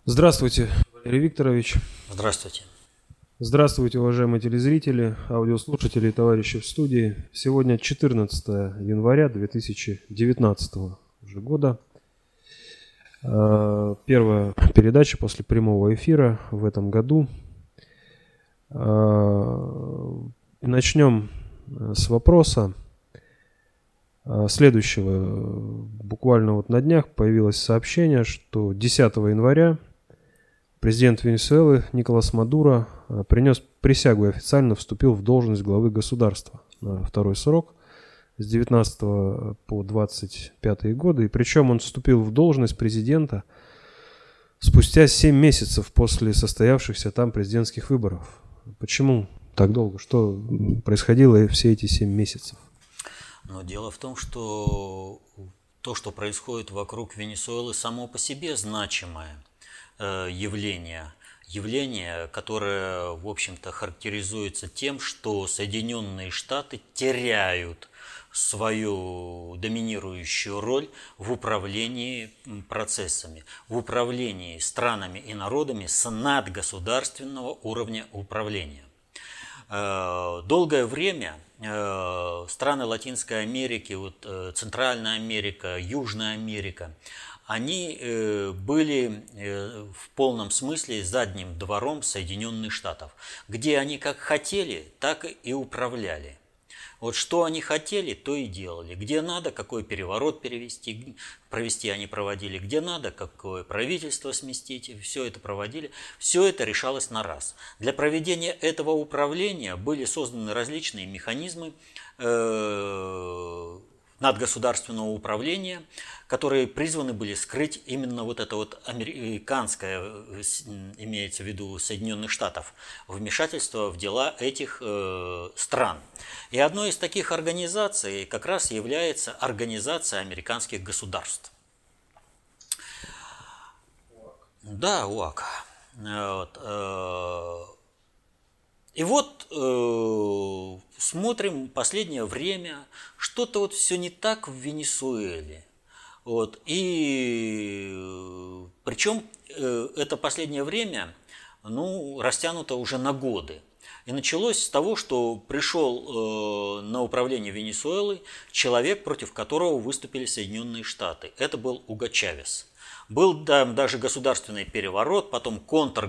Здравствуйте, Валерий Викторович. Здравствуйте. Здравствуйте, уважаемые телезрители, аудиослушатели и товарищи в студии. Сегодня 14 января 2019 уже года. Первая передача после прямого эфира в этом году. Начнем с вопроса следующего. Буквально вот на днях появилось сообщение, что 10 января президент Венесуэлы Николас Мадуро принес присягу и официально вступил в должность главы государства на второй срок с 19 по 25 годы. И причем он вступил в должность президента спустя 7 месяцев после состоявшихся там президентских выборов. Почему так долго? Что происходило все эти 7 месяцев? Но дело в том, что то, что происходит вокруг Венесуэлы, само по себе значимое явление, которое, в общем-то, характеризуется тем, что Соединенные Штаты теряют свою доминирующую роль в управлении процессами, в управлении странами и народами с надгосударственного уровня управления. Долгое время страны Латинской Америки, Центральная Америка, Южная Америка, они были в полном смысле задним двором Соединенных Штатов, где они как хотели, так и управляли. Вот что они хотели, то и делали. Где надо, какой переворот провести они проводили. Где надо, какое правительство сместить, все это проводили. Все это решалось на раз. Для проведения этого управления были созданы различные механизмы надгосударственного управления, которые призваны были скрыть именно вот это вот американское, имеется в виду Соединенных Штатов, вмешательство в дела этих стран. И одной из таких организаций как раз является Организация американских государств. Да, ОАК. И вот смотрим последнее время, что-то вот все не так в Венесуэле. И причем это последнее время растянуто уже на годы. И началось с того, что пришел на управление Венесуэлой человек, против которого выступили Соединенные Штаты. Это был Уго Чавес. Был даже государственный переворот, потом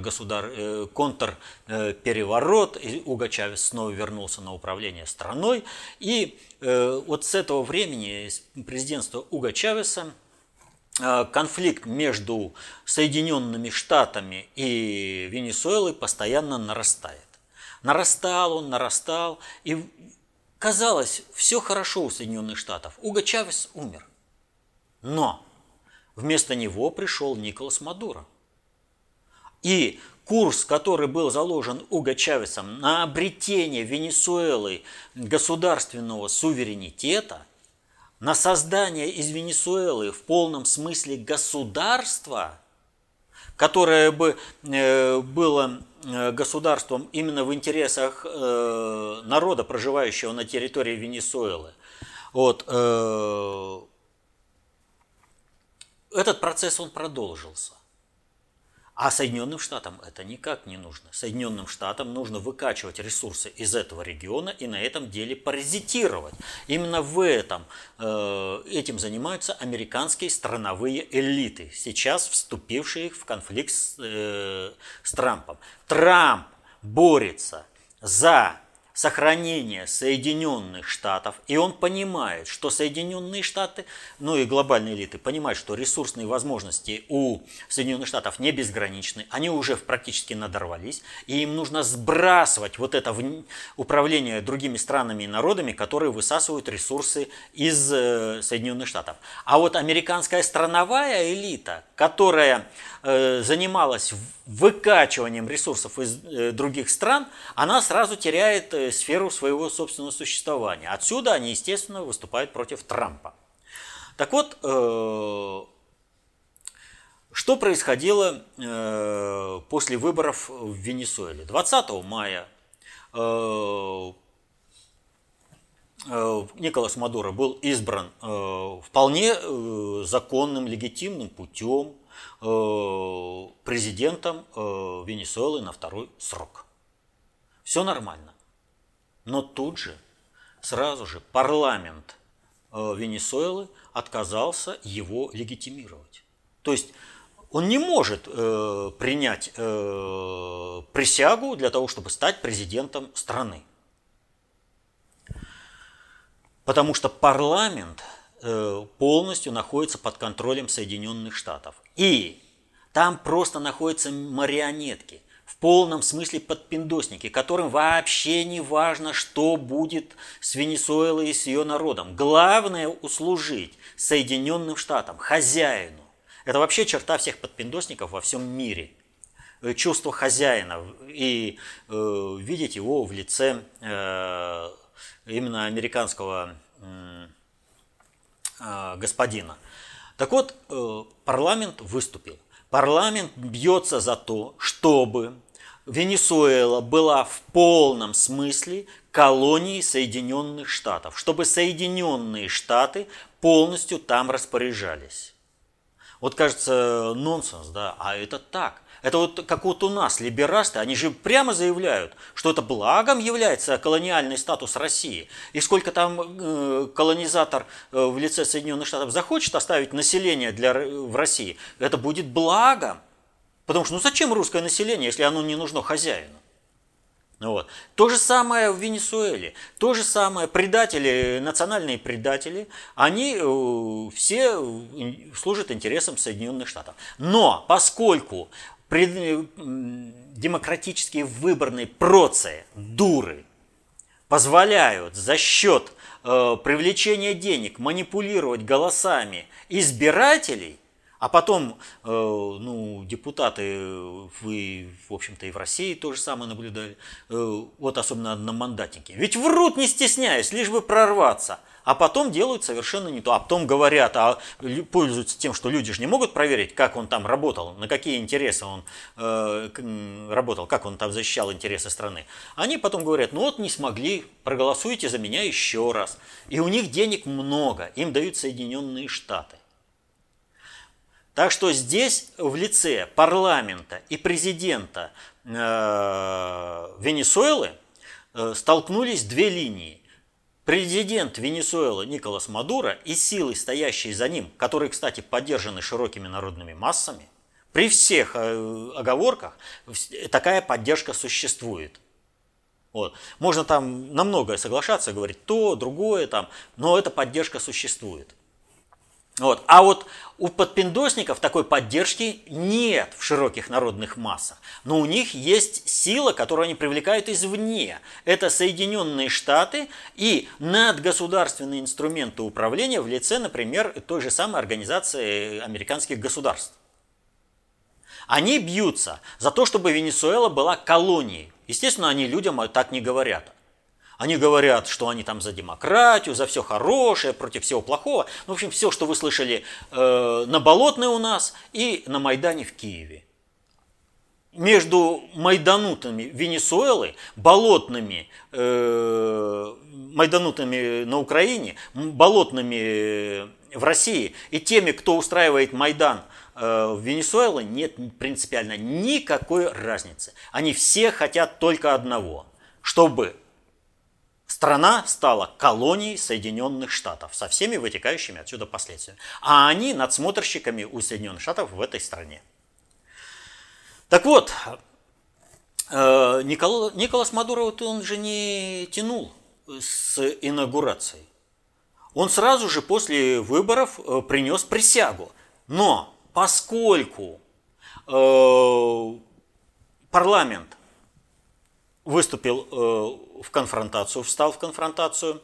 контрпереворот, и Уго Чавес снова вернулся на управление страной. И вот с этого времени, с президентства Уго Чавеса, конфликт между Соединенными Штатами и Венесуэлой постоянно нарастает. Нарастал, и казалось, все хорошо у Соединенных Штатов. Уго Чавес умер. Но вместо него пришел Николас Мадуро. И курс, который был заложен Уго Чавесом на обретение Венесуэлы государственного суверенитета, на создание из Венесуэлы в полном смысле государства, которое бы было государством именно в интересах народа, проживающего на территории Венесуэлы. Этот процесс, он продолжился. А Соединенным Штатам это никак не нужно. Соединенным Штатам нужно выкачивать ресурсы из этого региона и на этом деле паразитировать. Именно этим занимаются американские страновые элиты, сейчас вступившие в конфликт с Трампом. Трамп борется за сохранение Соединенных Штатов, и он понимает, что Соединенные Штаты, и глобальные элиты понимают, что ресурсные возможности у Соединенных Штатов не безграничны, они уже практически надорвались, и им нужно сбрасывать вот это управление другими странами и народами, которые высасывают ресурсы из Соединенных Штатов. А вот американская страновая элита, которая занималась выкачиванием ресурсов из других стран, она сразу теряет сферу своего собственного существования. Отсюда они, естественно, выступают против Трампа. Так вот, что происходило после выборов в Венесуэле? 20 мая Николас Мадуро был избран вполне законным, легитимным путем. президентом Венесуэлы на 2-й срок. Все нормально. Но тут же, сразу же, парламент Венесуэлы отказался его легитимировать. То есть он не может принять присягу для того, чтобы стать президентом страны. Потому что парламент полностью находится под контролем Соединенных Штатов. И там просто находятся марионетки, в полном смысле подпиндосники, которым вообще не важно, что будет с Венесуэлой и с ее народом. Главное услужить Соединенным Штатам, хозяину. Это вообще черта всех подпиндосников во всем мире. Чувство хозяина. И видеть его в лице именно американского господина. Так вот, парламент выступил. Парламент бьется за то, чтобы Венесуэла была в полном смысле колонией Соединенных Штатов, чтобы Соединенные Штаты полностью там распоряжались. Вот кажется нонсенс, да, а это так. Это вот как вот у нас либерасты, они же прямо заявляют, что это благом является колониальный статус России. И сколько там колонизатор в лице Соединенных Штатов захочет оставить население в России, это будет благом. Потому что ну зачем русское население, если оно не нужно хозяину? Вот. То же самое в Венесуэле, то же самое предатели, национальные предатели, они все служат интересам Соединенных Штатов. Но поскольку демократические выборные процедуры позволяют за счет привлечения денег манипулировать голосами избирателей, а потом, депутаты, вы, в общем-то, и в России то же самое наблюдали, вот особенно одномандатники. Ведь врут, не стесняясь, лишь бы прорваться, а потом делают совершенно не то. А потом говорят, пользуются тем, что люди же не могут проверить, как он там работал, на какие интересы он работал, как он там защищал интересы страны. Они потом говорят, ну вот не смогли, проголосуйте за меня еще раз. И у них денег много, им дают Соединенные Штаты. Так что здесь в лице парламента и президента Венесуэлы столкнулись две линии. Президент Венесуэлы Николас Мадуро и силы, стоящие за ним, которые, кстати, поддержаны широкими народными массами, при всех оговорках такая поддержка существует. Вот. Можно там на многое соглашаться, говорить то, другое, там, но эта поддержка существует. Вот. А вот у подпиндосников такой поддержки нет в широких народных массах. Но у них есть сила, которую они привлекают извне. Это Соединенные Штаты и надгосударственные инструменты управления в лице, например, той же самой Организации американских государств. Они бьются за то, чтобы Венесуэла была колонией. Естественно, они людям так не говорят. Они говорят, что они там за демократию, за все хорошее, против всего плохого. В общем, все, что вы слышали на Болотной у нас и на Майдане в Киеве. Между майданутами Венесуэлы, болотными, майданутами на Украине, болотными в России и теми, кто устраивает Майдан в Венесуэле, нет принципиально никакой разницы. Они все хотят только одного, чтобы страна стала колонией Соединенных Штатов со всеми вытекающими отсюда последствиями. А они надсмотрщиками у Соединенных Штатов в этой стране. Так вот, Николас Мадуро, он же не тянул с инаугурацией. Он сразу же после выборов принес присягу. Но поскольку парламент выступил в конфронтацию, встал в конфронтацию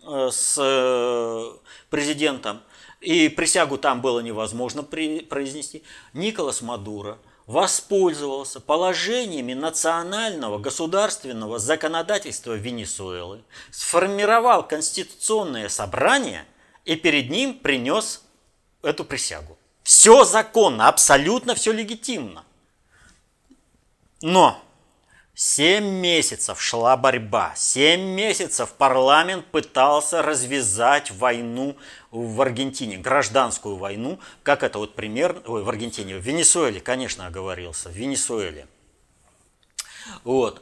с президентом, и присягу там было невозможно произнести, Николас Мадуро воспользовался положениями национального государственного законодательства Венесуэлы, сформировал конституционное собрание и перед ним принес эту присягу. Все законно, абсолютно все легитимно. Но 7 месяцев шла борьба, 7 месяцев парламент пытался развязать войну в Аргентине, гражданскую войну, как это вот пример, в Аргентине, в Венесуэле, конечно, оговорился, в Венесуэле. Вот.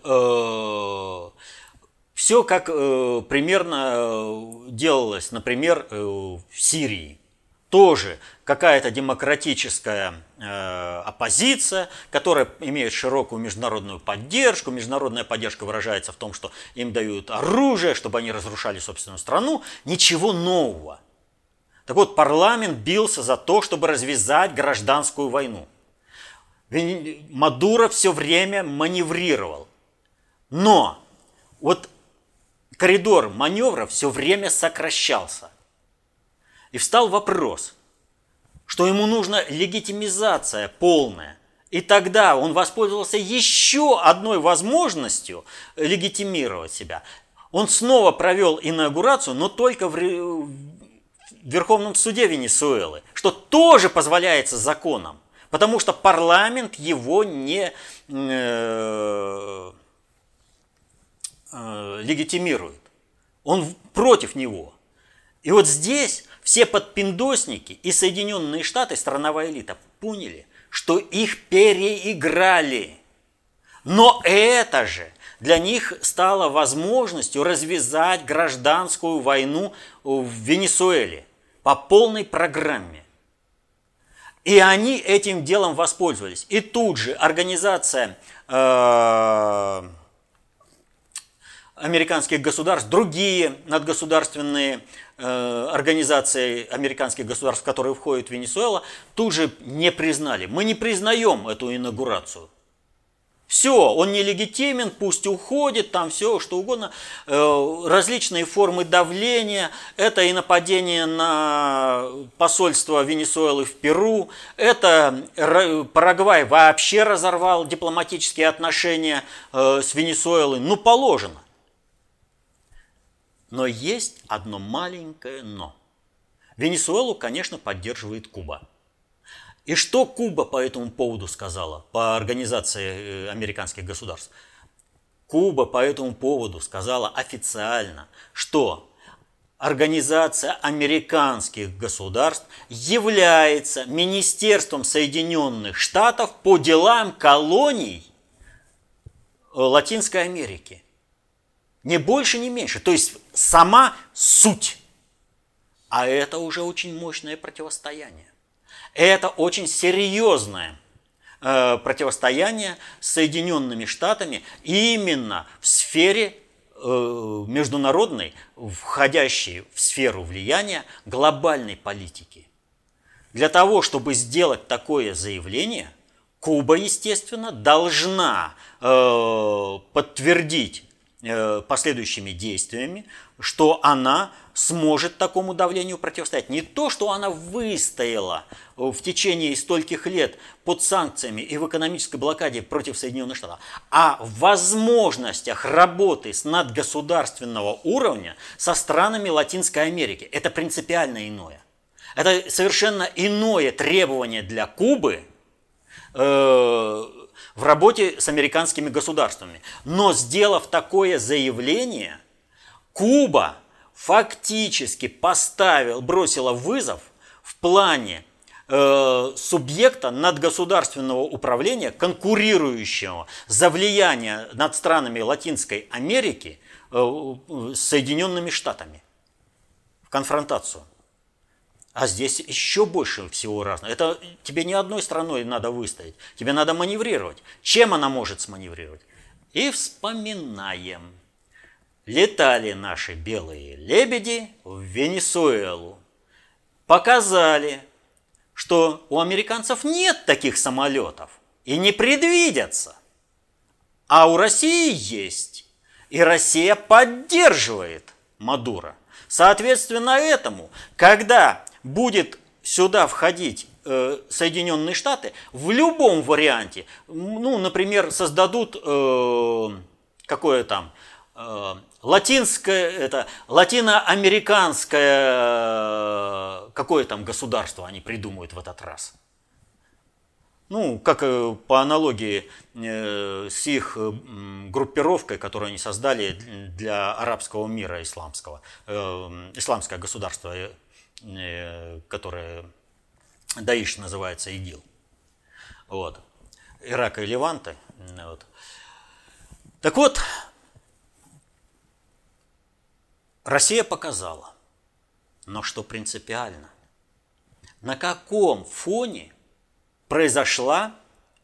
Все как примерно делалось, например, в Сирии. Тоже какая-то демократическая оппозиция, которая имеет широкую международную поддержку. Международная поддержка выражается в том, что им дают оружие, чтобы они разрушали собственную страну. Ничего нового. Так вот, парламент бился за то, чтобы развязать гражданскую войну. Мадуро все время маневрировал. Но вот коридор маневра все время сокращался. И встал вопрос, что ему нужна легитимизация полная. И тогда он воспользовался еще одной возможностью легитимировать себя. Он снова провел инаугурацию, но только в Верховном суде Венесуэлы, что тоже позволяется законом, потому что парламент его не легитимирует. Он против него. И вот здесь все подпиндосники и Соединенные Штаты, страновая элита, поняли, что их переиграли. Но это же для них стало возможностью развязать гражданскую войну в Венесуэле по полной программе. И они этим делом воспользовались. И тут же организация американских государств, другие надгосударственные организации американских государств, которые входят в Венесуэлу, тут же не признали. Мы не признаем эту инаугурацию. Все, он нелегитимен, пусть уходит, там все, что угодно. Различные формы давления, это и нападение на посольство Венесуэлы в Перу, это Парагвай вообще разорвал дипломатические отношения с Венесуэлой, ну положено. Но есть одно маленькое но. Венесуэлу, конечно, поддерживает Куба. И что Куба по этому поводу сказала, по организации американских государств? Куба по этому поводу сказала официально, что Организация американских государств является Министерством Соединенных Штатов по делам колоний Латинской Америки. Ни больше, ни меньше. То есть сама суть. А это уже очень мощное противостояние. Это очень серьезное противостояние с Соединенными Штатами именно в сфере международной, входящей в сферу влияния глобальной политики. Для того, чтобы сделать такое заявление, Куба, естественно, должна подтвердить последующими действиями, что она сможет такому давлению противостоять. Не то, что она выстояла в течение стольких лет под санкциями и в экономической блокаде против Соединенных Штатов, а в возможностях работы с надгосударственного уровня со странами Латинской Америки. Это принципиально иное. Это совершенно иное требование для Кубы в работе с американскими государствами. Но сделав такое заявление, Куба фактически бросила вызов в плане субъекта надгосударственного управления, конкурирующего за влияние над странами Латинской Америки с Соединенными Штатами в конфронтацию. А здесь еще больше всего разного. Это тебе не одной страной надо выстоять. Тебе надо маневрировать. Чем она может сманеврировать? И вспоминаем. Летали наши белые лебеди в Венесуэлу. Показали, что у американцев нет таких самолетов. И не предвидятся. А у России есть. И Россия поддерживает Мадуро. Соответственно этому, когда будет сюда входить Соединенные Штаты, в любом варианте, ну, например, создадут какое там латиноамериканское какое там государство они придумают в этот раз. Ну, как по аналогии с их группировкой, которую они создали для арабского мира исламского. Исламское государство, которое Даиш называется, ИГИЛ. Вот. Ирак и Леванта. Вот. Так вот, Россия показала, но что принципиально, на каком фоне произошла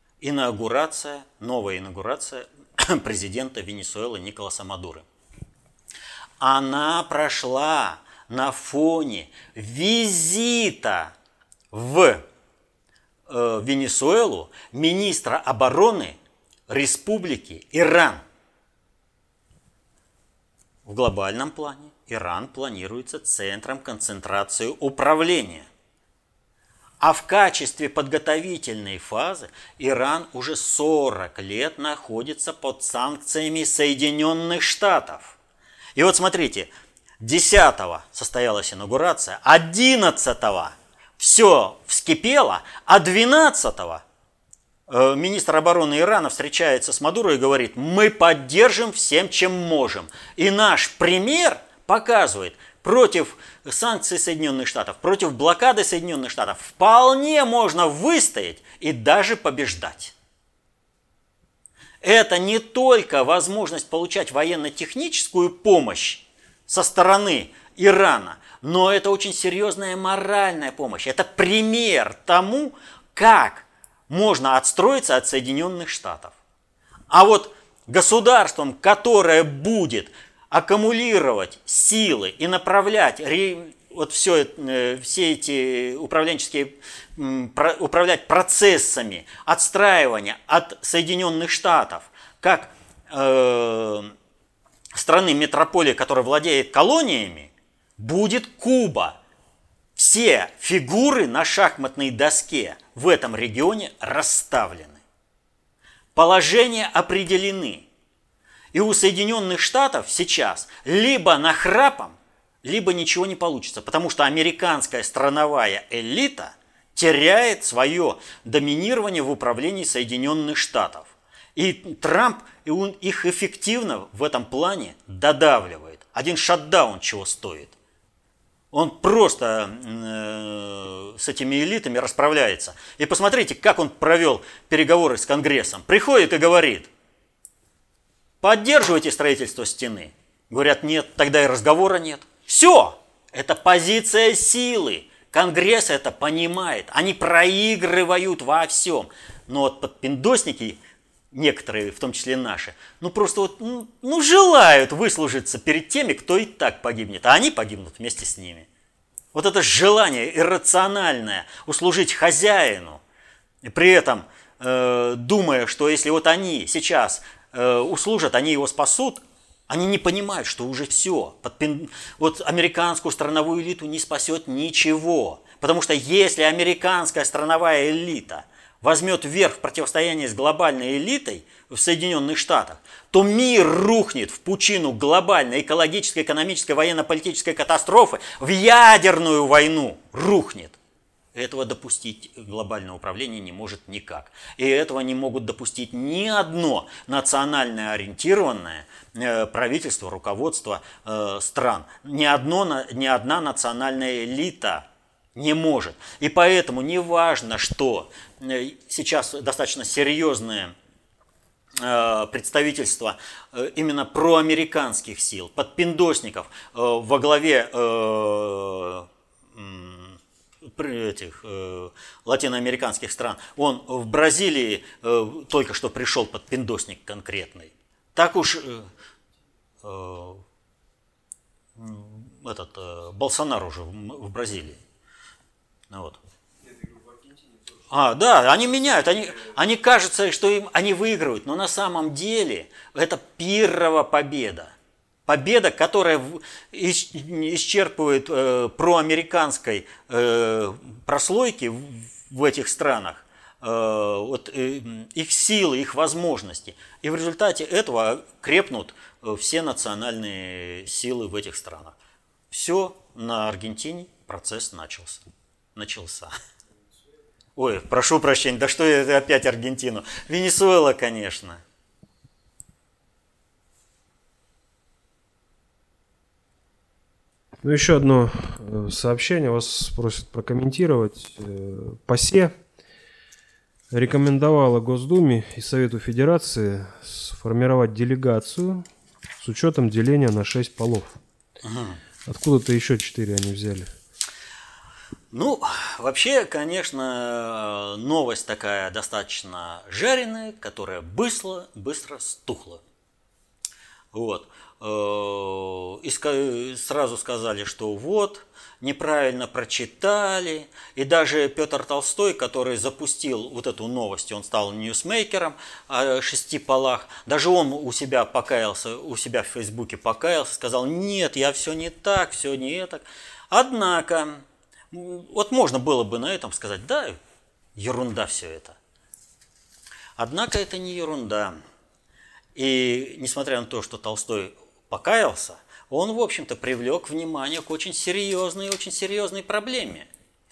новая инаугурация президента Венесуэлы Николаса Мадуро. Она прошла на фоне визита в Венесуэлу министра обороны Республики Иран. В глобальном плане Иран планируется центром концентрации управления. А в качестве подготовительной фазы Иран уже 40 лет находится под санкциями Соединенных Штатов. И вот смотрите, 10-го состоялась инаугурация, 11-го все вскипело, а 12-го министр обороны Ирана встречается с Мадуро и говорит: мы поддержим всем, чем можем. И наш пример показывает, против санкций Соединенных Штатов, против блокады Соединенных Штатов вполне можно выстоять и даже побеждать. Это не только возможность получать военно-техническую помощь со стороны Ирана, но это очень серьезная моральная помощь. Это пример тому, как можно отстроиться от Соединенных Штатов. А вот государством, которое будет аккумулировать силы и направлять вот все эти управлять процессами отстраивания от Соединенных Штатов, как страны метрополии, которая владеет колониями, будет Куба. Все фигуры на шахматной доске в этом регионе расставлены. Положения определены. И у Соединенных Штатов сейчас либо нахрапом, либо ничего не получится, потому что американская страновая элита теряет свое доминирование в управлении Соединенных Штатов. И Трамп их эффективно в этом плане додавливает. Один шатдаун чего стоит. Он просто с этими элитами расправляется. И посмотрите, как он провел переговоры с Конгрессом. Приходит и говорит: поддерживаете строительство стены? Говорят: нет, тогда и разговора нет. Все, это позиция силы. Конгресс это понимает. Они проигрывают во всем. Но вот подпиндосники, некоторые, в том числе наши, просто вот, желают выслужиться перед теми, кто и так погибнет. А они погибнут вместе с ними. Вот это желание иррациональное услужить хозяину, и при этом думая, что если вот они сейчас услужат, они его спасут, они не понимают, что уже все. Вот американскую страновую элиту не спасет ничего. Потому что если американская страновая элита возьмет верх в противостоянии с глобальной элитой в Соединенных Штатах, то мир рухнет в пучину глобальной экологической, экономической, военно-политической катастрофы, в ядерную войну рухнет. Этого допустить глобальное управление не может никак. И этого не могут допустить ни одно национально ориентированное правительство, руководство стран. Ни одна национальная элита не может. И поэтому не важно, что сейчас достаточно серьезное представительство именно проамериканских сил, подпиндосников во главе этих латиноамериканских стран. Он в Бразилии только что пришел подпиндосник конкретный. Так уж Болсонару уже в Бразилии. Вот. Да, они меняют, они кажется, что они выигрывают, но на самом деле это пиррова победа. Победа, которая исчерпывает проамериканской прослойки в этих странах, их силы, их возможности. И в результате этого крепнут все национальные силы в этих странах. Все, на Аргентине процесс начался. Ой, прошу прощения, да что это опять Аргентину? Венесуэла, конечно. Ну, еще одно сообщение вас просят прокомментировать. ПАСЕ рекомендовала Госдуме и Совету Федерации сформировать делегацию с учетом деления на 6 полов. Откуда-то еще 4 они взяли. Ну, вообще, конечно, новость такая достаточно жареная, которая быстро стухла. Вот. И сразу сказали, что вот, неправильно прочитали. И даже Петр Толстой, который запустил вот эту новость, он стал ньюсмейкером о 6 полах, даже он у себя покаялся, у себя в Фейсбуке покаялся, сказал: нет, я все не так, все не так. Однако, вот можно было бы на этом сказать: да, ерунда все это. Однако это не ерунда. И несмотря на то, что Толстой покаялся, он, в общем-то, привлек внимание к очень серьезной проблеме.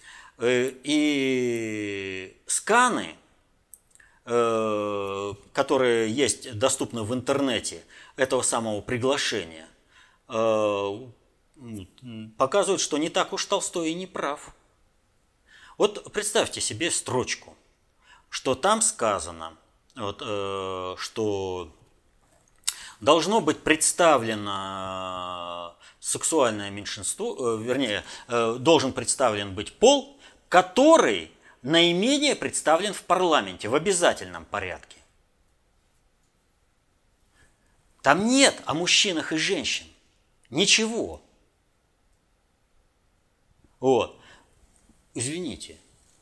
И сканы, которые есть, доступны в интернете, этого самого приглашения, показывают, что не так уж Толстой и не прав. Вот представьте себе строчку, что там сказано, вот, что должно быть представлено сексуальное меньшинство, вернее, должен представлен быть пол, который наименее представлен в парламенте в обязательном порядке. Там нет о мужчинах и женщин. Ничего. Вот. Извините.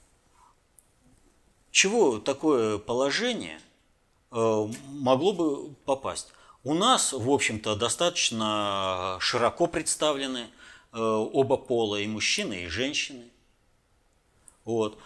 Чего такое положение могло бы попасть? У нас, в общем-то, достаточно широко представлены оба пола, и мужчины, и женщины. Вот.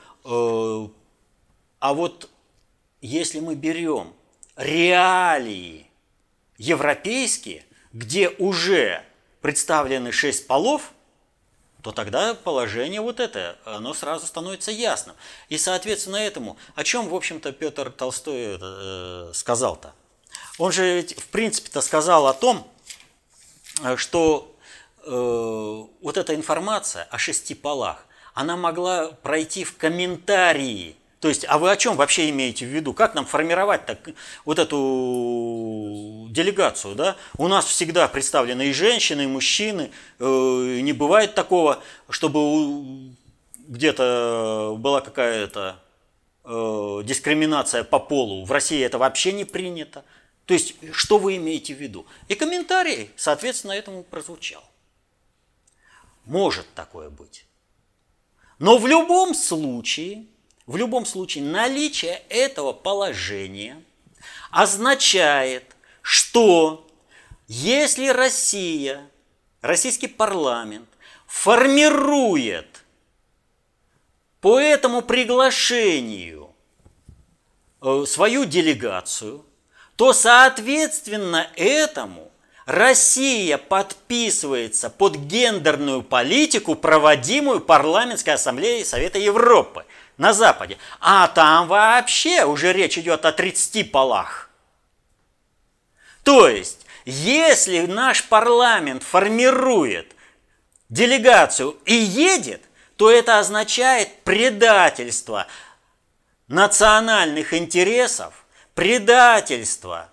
А вот если мы берем реалии европейские, где уже представлены 6 полов, то тогда положение вот это, оно сразу становится ясным. И, соответственно, этому, о чем, в общем-то, Петр Толстой сказал-то? Он же ведь, в принципе-то, сказал о том, что вот эта информация о 6 полах, она могла пройти в комментарии. То есть, а вы о чем вообще имеете в виду? Как нам формировать так, вот эту делегацию? Да? У нас всегда представлены и женщины, и мужчины. Не бывает такого, чтобы где-то была какая-то дискриминация по полу. В России это вообще не принято. То есть, что вы имеете в виду? И комментарий, соответственно, этому прозвучал. Может такое быть. Но в любом случае, наличие этого положения означает, что если российский парламент формирует по этому приглашению свою делегацию, то, соответственно, этому Россия подписывается под гендерную политику, проводимую Парламентской ассамблеей Совета Европы на Западе. А там вообще уже речь идет о 30 полах. То есть, если наш парламент формирует делегацию и едет, то это означает предательство национальных интересов, предательство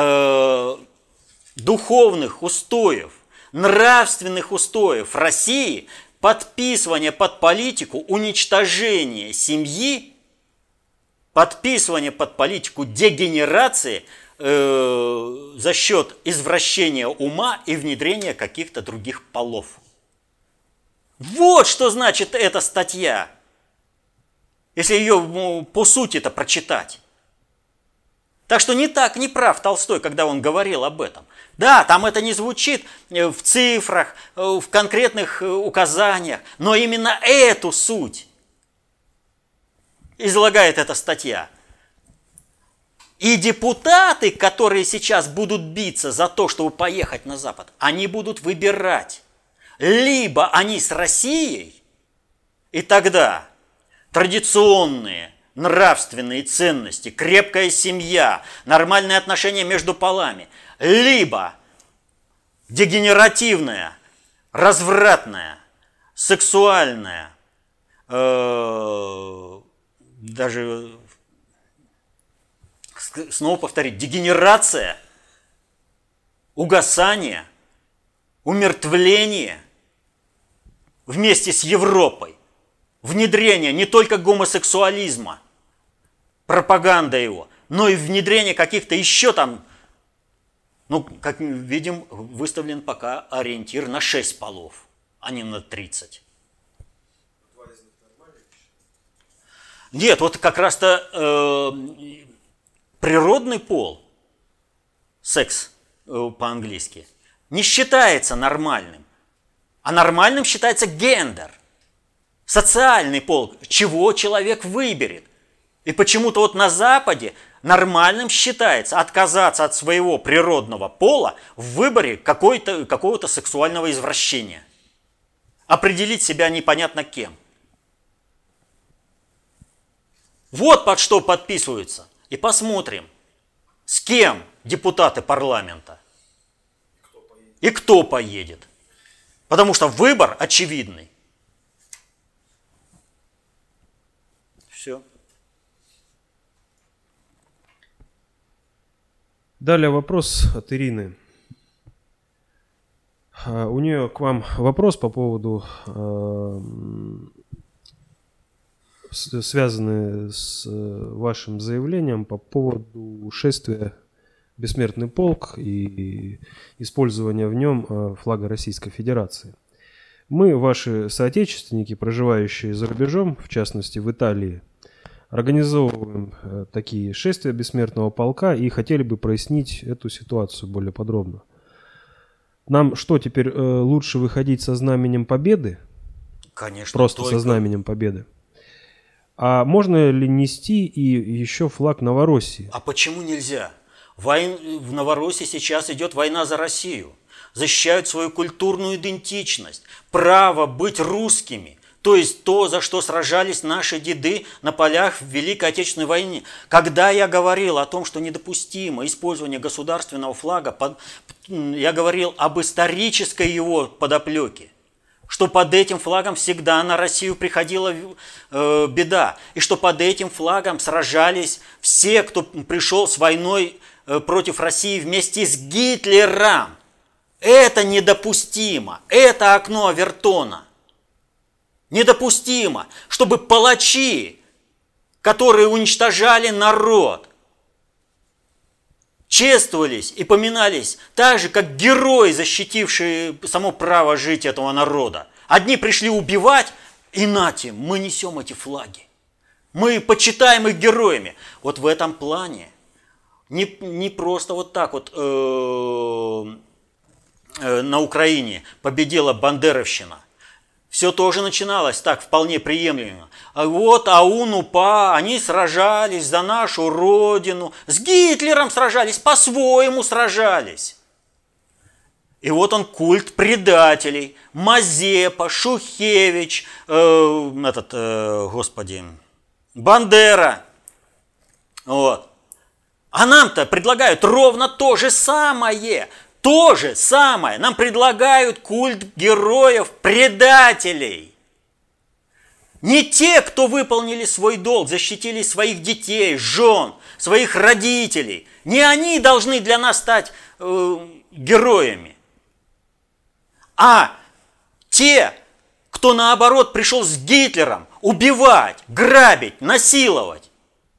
духовных устоев, нравственных устоев России, подписывание под политику уничтожения семьи, подписывание под политику дегенерации за счет извращения ума и внедрения каких-то других полов. Вот что значит эта статья, если ее по сути-то прочитать. Так что не прав Толстой, когда он говорил об этом. Да, там это не звучит в цифрах, в конкретных указаниях, но именно эту суть излагает эта статья. И депутаты, которые сейчас будут биться за то, чтобы поехать на Запад, они будут выбирать. Либо они с Россией, и тогда традиционные нравственные ценности, крепкая семья, нормальные отношения между полами, либо дегенеративная, развратная, сексуальная, даже, снова повторить, дегенерация, угасание, умертвление вместе с Европой, внедрение не только гомосексуализма, пропаганда его, но и внедрение каких-то еще там, ну, как мы видим, выставлен пока ориентир на 6 полов, а не на 30. Нет, вот как раз-то природный пол, секс по-английски, не считается нормальным, а нормальным считается гендер, социальный пол, чего человек выберет. И почему-то вот на Западе нормальным считается отказаться от своего природного пола в выборе какого-то сексуального извращения. Определить себя непонятно кем. Вот под что подписываются. И посмотрим, с кем депутаты парламента. И кто поедет. Потому что выбор очевидный. Все. Далее вопрос от Ирины. У нее к вам вопрос по поводу, связанный с вашим заявлением по поводу шествия «Бессмертный полк» и использования в нем флага Российской Федерации. Мы, ваши соотечественники, проживающие за рубежом, в частности в Италии, организовываем такие шествия Бессмертного полка и хотели бы прояснить эту ситуацию более подробно. Нам что, теперь лучше выходить со знаменем победы? Конечно. Просто со знаменем победы. А можно ли нести и еще флаг Новороссии? А почему нельзя? В Новороссии сейчас идет война за Россию. Защищают свою культурную идентичность, право быть русскими. То есть то, за что сражались наши деды на полях в Великой Отечественной войне. Когда я говорил о том, что недопустимо использование государственного флага, я говорил об исторической его подоплеке. Что под этим флагом всегда на Россию приходила беда. И что под этим флагом сражались все, кто пришел с войной против России вместе с Гитлером. Это недопустимо. Это окно Авертона. Недопустимо, чтобы палачи, которые уничтожали народ, чествовались и поминались так же, как герои, защитившие само право жить этого народа. Одни пришли убивать, и нате, мы несем эти флаги. Мы почитаем их героями. Вот в этом плане не просто вот так вот на Украине победила бандеровщина. Все тоже начиналось так, вполне приемлемо. А вот АУН-УПА, они сражались за нашу родину. С Гитлером сражались, по-своему сражались. И вот он культ предателей. Мазепа, Шухевич, Бандера. Вот. А нам-то предлагают ровно то же самое. То же самое. Нам предлагают культ героев-предателей. Не те, кто выполнили свой долг, защитили своих детей, жен, своих родителей. Не они должны для нас стать героями. А те, кто наоборот пришел с Гитлером убивать, грабить, насиловать.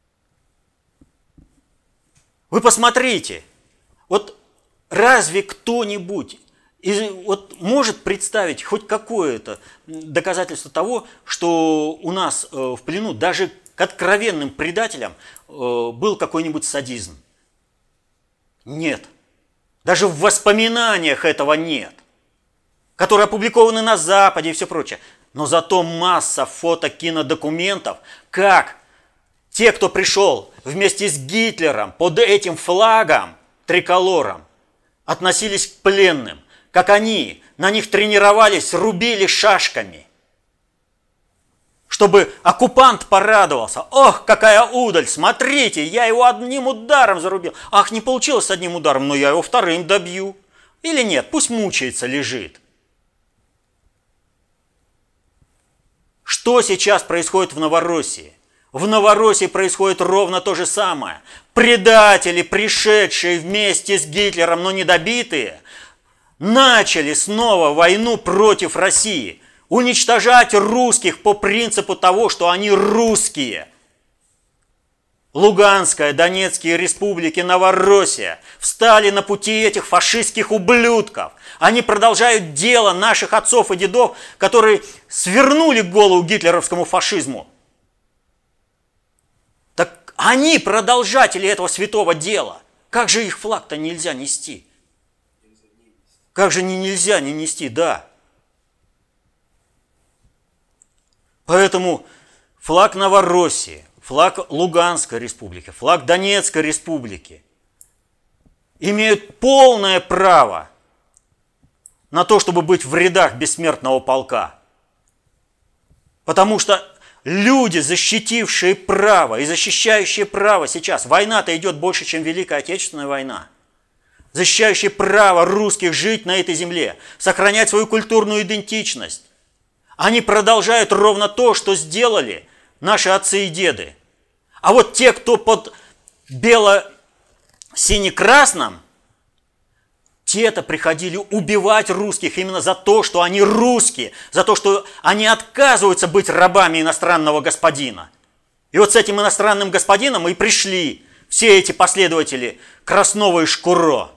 Вы посмотрите, вот разве кто-нибудь вот может представить хоть какое-то доказательство того, что у нас в плену даже к откровенным предателям был какой-нибудь садизм? Нет. Даже в воспоминаниях этого нет. Которые опубликованы на Западе и все прочее. Но зато масса фото-кинодокументов, как те, кто пришел вместе с Гитлером под этим флагом, триколором, относились к пленным, как они на них тренировались, рубили шашками. Чтобы оккупант порадовался. Ох, какая удаль, смотрите, я его одним ударом зарубил. Ах, не получилось с одним ударом, но я его вторым добью. Или нет, пусть мучается, лежит. Что сейчас происходит в Новороссии? В Новороссии происходит ровно то же самое. Предатели, пришедшие вместе с Гитлером, но недобитые, начали снова войну против России. Уничтожать русских по принципу того, что они русские. Луганская, Донецкие республики, Новороссия встали на пути этих фашистских ублюдков. Они продолжают дело наших отцов и дедов, которые свернули голову гитлеровскому фашизму. Так они продолжатели этого святого дела. Как же их флаг-то нельзя нести? Как же нельзя не нести, да. Поэтому флаг Новороссии, флаг Луганской республики, флаг Донецкой республики имеют полное право на то, чтобы быть в рядах бессмертного полка. Потому что люди, защитившие право и защищающие право сейчас, война-то идет больше, чем Великая Отечественная война, защищающие право русских жить на этой земле, сохранять свою культурную идентичность, они продолжают ровно то, что сделали наши отцы и деды. А вот те, кто под бело-сине-красным, те-то приходили убивать русских именно за то, что они русские, за то, что они отказываются быть рабами иностранного господина. И вот с этим иностранным господином и пришли все эти последователи Краснова и Шкуро.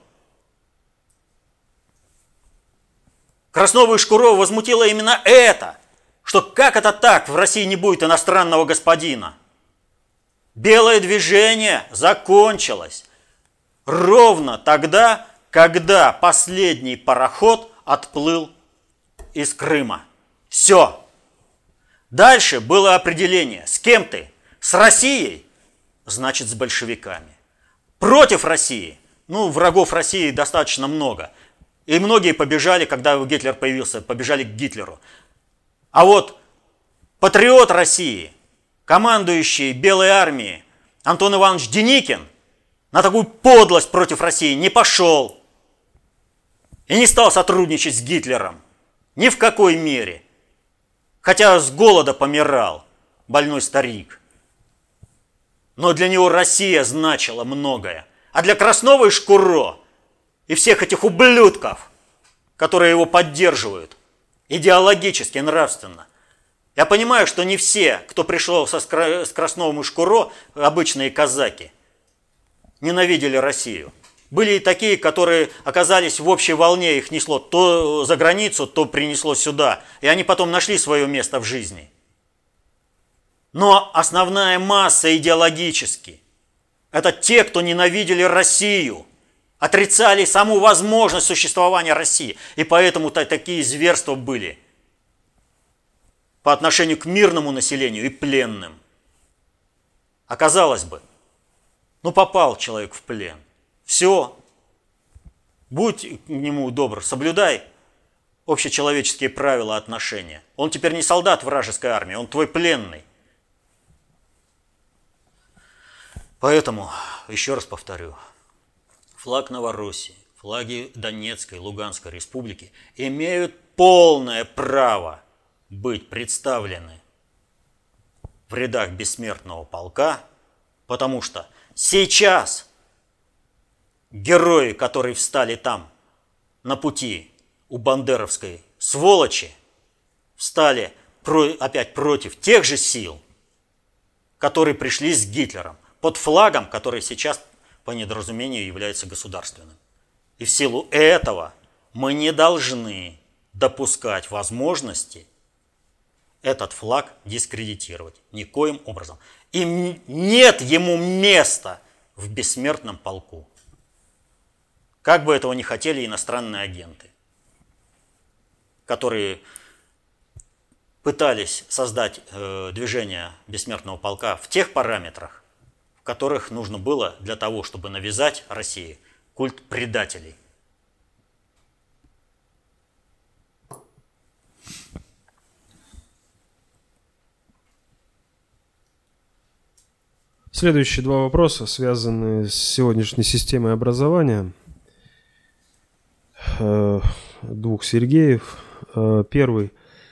Краснова и Шкуро возмутило именно это, что как это так, в России не будет иностранного господина. Белое движение закончилось ровно тогда, когда последний пароход отплыл из Крыма. Все. Дальше было определение. С кем ты? С Россией? Значит, с большевиками. Против России? Врагов России достаточно много. И многие побежали, когда Гитлер появился, побежали к Гитлеру. А вот патриот России, командующий Белой армией Антон Иванович Деникин на такую подлость против России не пошел. И не стал сотрудничать с Гитлером. Ни в какой мере. Хотя с голода помирал больной старик. Но для него Россия значила многое. А для Краснова и Шкуро и всех этих ублюдков, которые его поддерживают, идеологически, нравственно. Я понимаю, что не все, кто пришел с Красновым и Шкуро, обычные казаки, ненавидели Россию. Были и такие, которые оказались в общей волне, их несло то за границу, то принесло сюда. И они потом нашли свое место в жизни. Но основная масса идеологически – это те, кто ненавидели Россию, отрицали саму возможность существования России. И поэтому-то такие зверства были по отношению к мирному населению и пленным. Оказалось бы, попал человек в плен. Все. Будь к нему добр, соблюдай общечеловеческие правила отношения. Он теперь не солдат вражеской армии, он твой пленный. Поэтому, еще раз повторю, флаг Новороссии, флаги Донецкой, Луганской республики имеют полное право быть представлены в рядах бессмертного полка, потому что сейчас герои, которые встали там на пути у бандеровской сволочи, встали опять против тех же сил, которые пришли с Гитлером, под флагом, который сейчас по недоразумению является государственным. И в силу этого мы не должны допускать возможности этот флаг дискредитировать никоим образом. И нет ему места в бессмертном полку. Как бы этого ни хотели иностранные агенты, которые пытались создать движение бессмертного полка в тех параметрах, в которых нужно было для того, чтобы навязать России культ предателей. Следующие два вопроса связаны с сегодняшней системой образования. Двух Сергеев. Первый.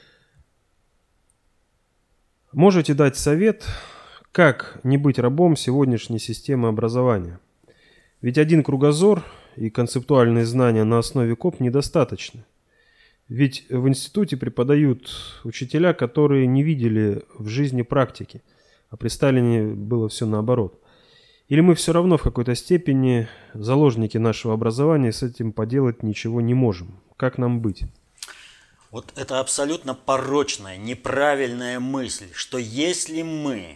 Можете дать совет, как не быть рабом сегодняшней системы образования? Ведь один кругозор и концептуальные знания на основе КОП недостаточны. Ведь в институте преподают учителя, которые не видели в жизни практики, а при Сталине было все наоборот. Или мы все равно в какой-то степени заложники нашего образования и с этим поделать ничего не можем? Как нам быть? Вот это абсолютно порочная, неправильная мысль, что если мы,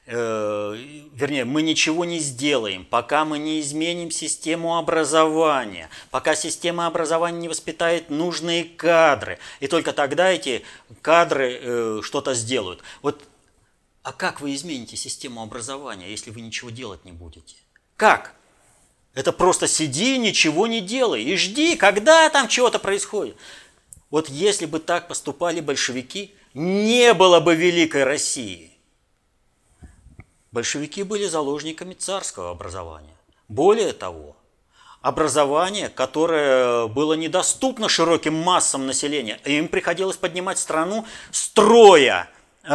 мы ничего не сделаем, пока мы не изменим систему образования, пока система образования не воспитает нужные кадры, и только тогда эти кадры что-то сделают. Вот, а как вы измените систему образования, если вы ничего делать не будете? Как? Это просто сиди, ничего не делай и жди, когда там чего-то происходит. Вот если бы так поступали большевики, не было бы Великой России. Большевики были заложниками царского образования. Более того, образование, которое было недоступно широким массам населения, им приходилось поднимать страну, строя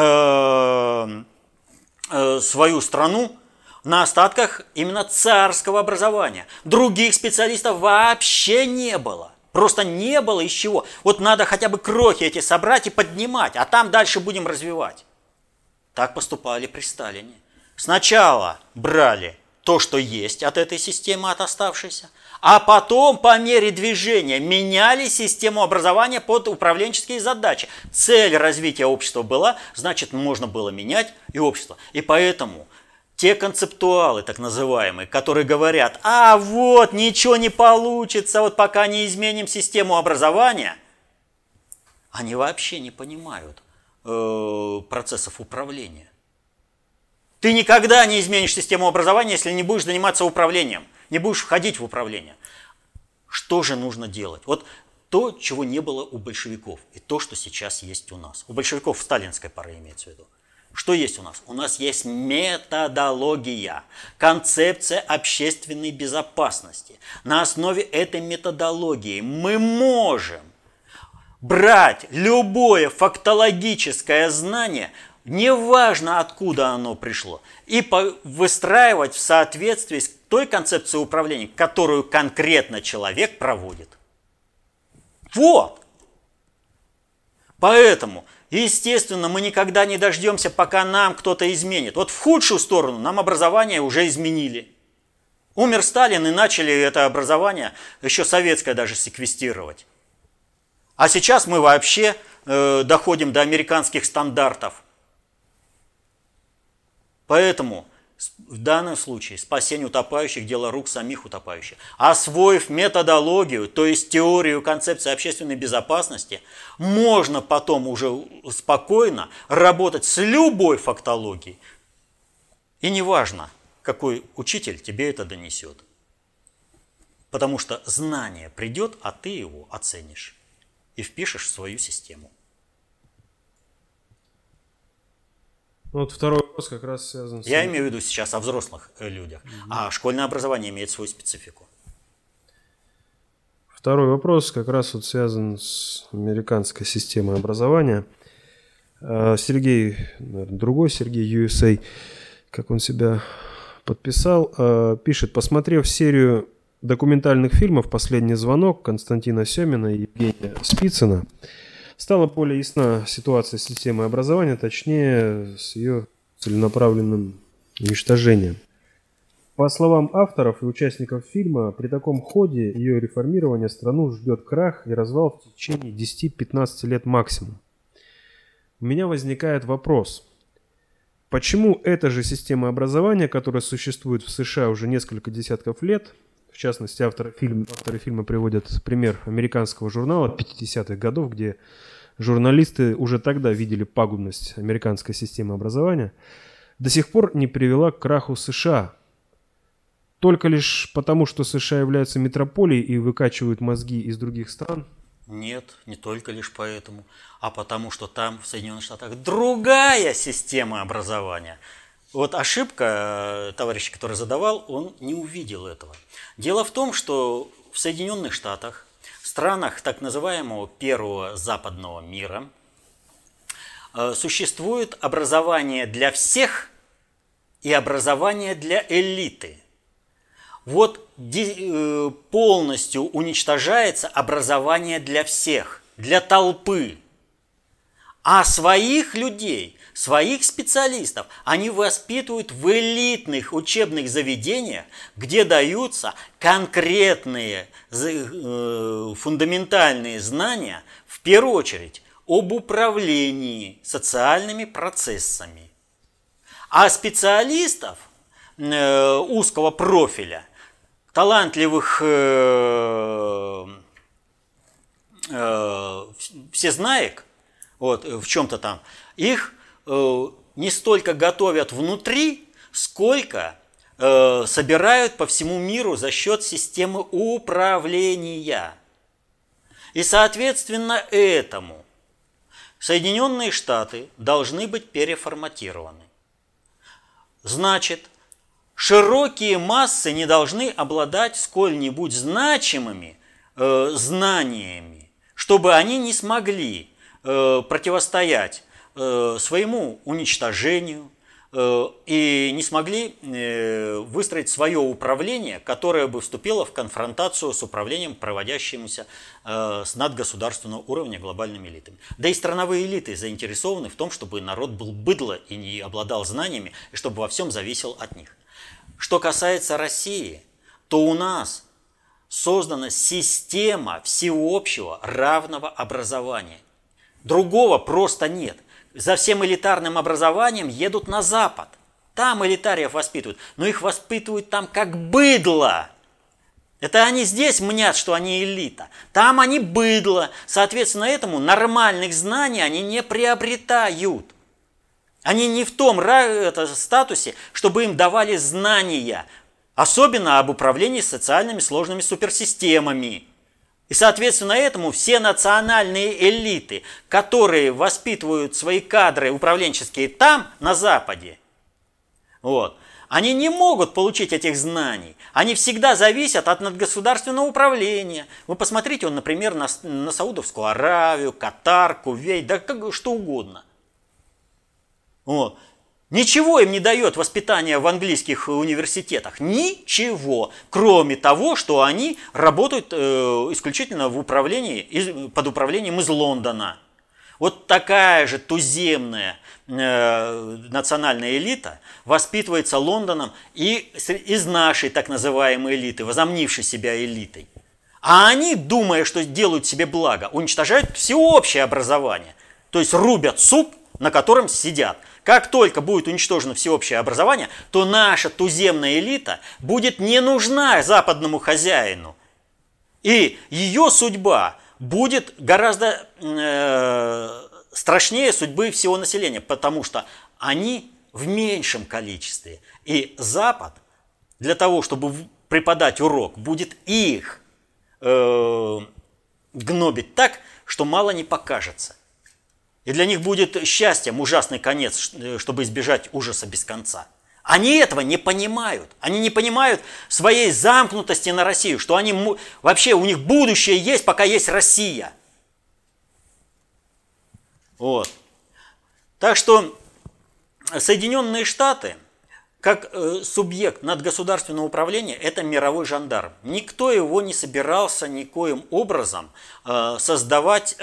свою страну на остатках именно царского образования. Других специалистов вообще не было. Просто не было из чего. Вот надо хотя бы крохи эти собрать и поднимать, а там дальше будем развивать. Так поступали при Сталине. Сначала брали то, что есть от этой системы, от оставшейся, а потом по мере движения меняли систему образования под управленческие задачи. Цель развития общества была, значит, можно было менять и общество. И поэтому те концептуалы, так называемые, которые говорят, а вот ничего не получится, вот пока не изменим систему образования, они вообще не понимают процессов управления. Ты никогда не изменишь систему образования, если не будешь заниматься управлением, не будешь входить в управление. Что же нужно делать? Вот то, чего не было у большевиков, и то, что сейчас есть у нас. У большевиков в сталинской поры имеется в виду. Что есть у нас? У нас есть методология, концепция общественной безопасности. На основе этой методологии мы можем брать любое фактологическое знание, неважно откуда оно пришло, и выстраивать в соответствии с той концепцией управления, которую конкретно человек проводит. Вот! Поэтому, естественно, мы никогда не дождемся, пока нам кто-то изменит. Вот в худшую сторону нам образование уже изменили. Умер Сталин, и начали это образование, еще советское даже, секвестировать. А сейчас мы вообще доходим до американских стандартов. Поэтому в данном случае спасение утопающих – дело рук самих утопающих. Освоив методологию, то есть теорию концепции общественной безопасности, можно потом уже спокойно работать с любой фактологией. И неважно, какой учитель тебе это донесет. Потому что знание придет, а ты его оценишь и впишешь в свою систему. Вот второй вопрос как раз связан с... Я имею в виду сейчас о взрослых людях, а школьное образование имеет свою специфику. Второй вопрос как раз вот связан с американской системой образования. Сергей, наверное, другой Сергей, USA, как он себя подписал, пишет: посмотрев серию документальных фильмов «Последний звонок» Константина Семина и Евгения Спицына, стала более ясна ситуация с системой образования, точнее, с ее целенаправленным уничтожением. По словам авторов и участников фильма, при таком ходе ее реформирования страну ждет крах и развал в течение 10-15 лет максимум. У меня возникает вопрос. Почему эта же система образования, которая существует в США уже несколько десятков лет, в частности, авторы фильма приводят пример американского журнала 50-х годов, где журналисты уже тогда видели пагубность американской системы образования, до сих пор не привела к краху США. Только лишь потому, что США являются метрополией и выкачивают мозги из других стран? Нет, не только лишь поэтому, а потому что там, в Соединенных Штатах, другая система образования. Вот ошибка товарища, который задавал, он не увидел этого. Дело в том, что в Соединенных Штатах, в странах так называемого первого западного мира, существует образование для всех и образование для элиты. Вот полностью уничтожается образование для всех, для толпы. А своих людей, своих специалистов они воспитывают в элитных учебных заведениях, где даются конкретные фундаментальные знания, в первую очередь, об управлении социальными процессами. А специалистов узкого профиля, талантливых всезнаек, вот, в чем-то там, их не столько готовят внутри, сколько собирают по всему миру за счет системы управления. И соответственно этому Соединенные Штаты должны быть переформатированы. Значит, широкие массы не должны обладать сколь-нибудь значимыми знаниями, чтобы они не смогли противостоять своему уничтожению и не смогли выстроить свое управление, которое бы вступило в конфронтацию с управлением, проводящимся с надгосударственного уровня глобальными элитами. Да и страновые элиты заинтересованы в том, чтобы народ был быдло и не обладал знаниями, и чтобы во всем зависел от них. Что касается России, то у нас создана система всеобщего равного образования. Другого просто нет. За всем элитарным образованием едут на Запад. Там элитариев воспитывают, но их воспитывают там как быдло. Это они здесь мнят, что они элита. Там они быдло. Соответственно, этому нормальных знаний они не приобретают. Они не в том статусе, чтобы им давали знания, особенно об управлении социальными сложными суперсистемами. И, соответственно, этому все национальные элиты, которые воспитывают свои кадры управленческие там, на Западе, вот, они не могут получить этих знаний. Они всегда зависят от надгосударственного управления. Вы посмотрите, например, на Саудовскую Аравию, Катар, Кувейт, да что угодно. Вот. Ничего им не дает воспитание в английских университетах. Ничего. Кроме того, что они работают исключительно в управлении, под управлением из Лондона. Вот такая же туземная национальная элита воспитывается Лондоном и из нашей так называемой элиты, возомнившей себя элитой. А они, думая, что делают себе благо, уничтожают всеобщее образование. То есть рубят суп, на котором сидят. Как только будет уничтожено всеобщее образование, то наша туземная элита будет не нужна западному хозяину. И ее судьба будет гораздо страшнее судьбы всего населения, потому что они в меньшем количестве. И Запад для того, чтобы преподать урок, будет их гнобить так, что мало не покажется. И для них будет счастьем ужасный конец, чтобы избежать ужаса без конца. Они этого не понимают. Они не понимают своей замкнутости на Россию, что они вообще у них будущее есть, пока есть Россия. Вот. Так что Соединенные Штаты, как субъект надгосударственного управления, это мировой жандарм. Никто его не собирался никоим образом создавать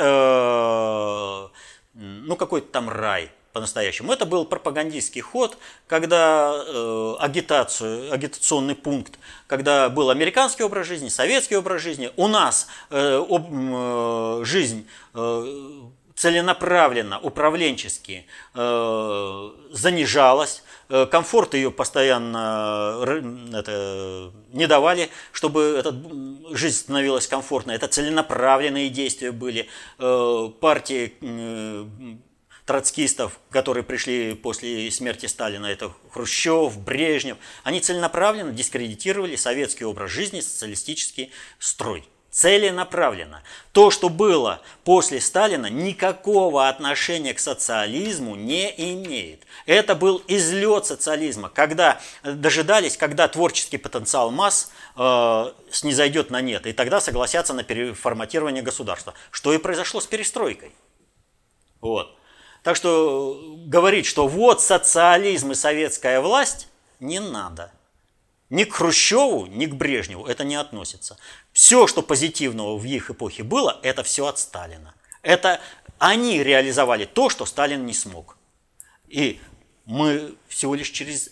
какой-то там рай по-настоящему. Это был пропагандистский ход, когда агитационный пункт, когда был американский образ жизни, советский образ жизни. У нас жизнь целенаправленно, управленчески занижалась, комфорт ее постоянно не давали, чтобы эта жизнь становилась комфортной. Это целенаправленные действия были. Партии троцкистов, которые пришли после смерти Сталина, это Хрущев, Брежнев, они целенаправленно дискредитировали советский образ жизни, социалистический строй. Целенаправленно. То, что было после Сталина, никакого отношения к социализму не имеет. Это был излет социализма, когда дожидались, когда творческий потенциал масс снизойдет на нет, и тогда согласятся на переформатирование государства. Что и произошло с перестройкой. Вот. Так что говорить, что вот социализм и советская власть, не надо. Ни к Хрущеву, ни к Брежневу это не относится. Все, что позитивного в их эпохе было, это все от Сталина. Это они реализовали то, что Сталин не смог. И мы всего лишь через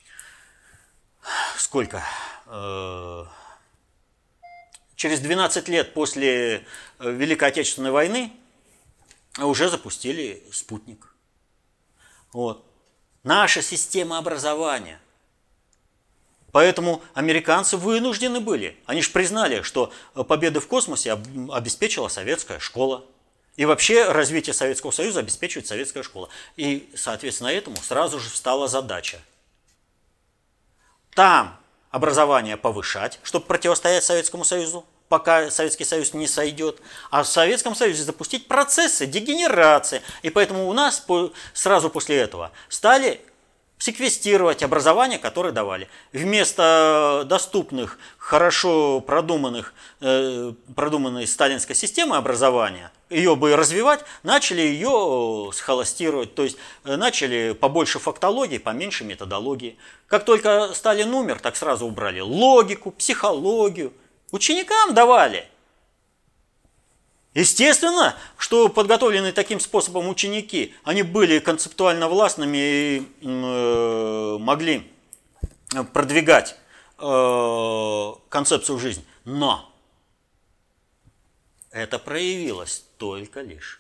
сколько? Через 12 лет после Великой Отечественной войны уже запустили спутник. Вот. Наша система образования. Поэтому американцы вынуждены были. Они же признали, что победы в космосе обеспечила советская школа. И вообще развитие Советского Союза обеспечивает советская школа. И, соответственно, этому сразу же встала задача. Там образование повышать, чтобы противостоять Советскому Союзу, пока Советский Союз не сойдет. А в Советском Союзе запустить процессы дегенерации. И поэтому у нас сразу после этого стали секвестировать образование, которое давали. Вместо доступных, хорошо продуманной сталинской системы образования, ее бы развивать, начали ее схоластировать. То есть начали побольше фактологии, поменьше методологии. Как только Сталин умер, так сразу убрали логику, психологию. Ученикам давали. Естественно, что подготовленные таким способом ученики, они были концептуально властными и могли продвигать концепцию жизни. Но это проявилось только лишь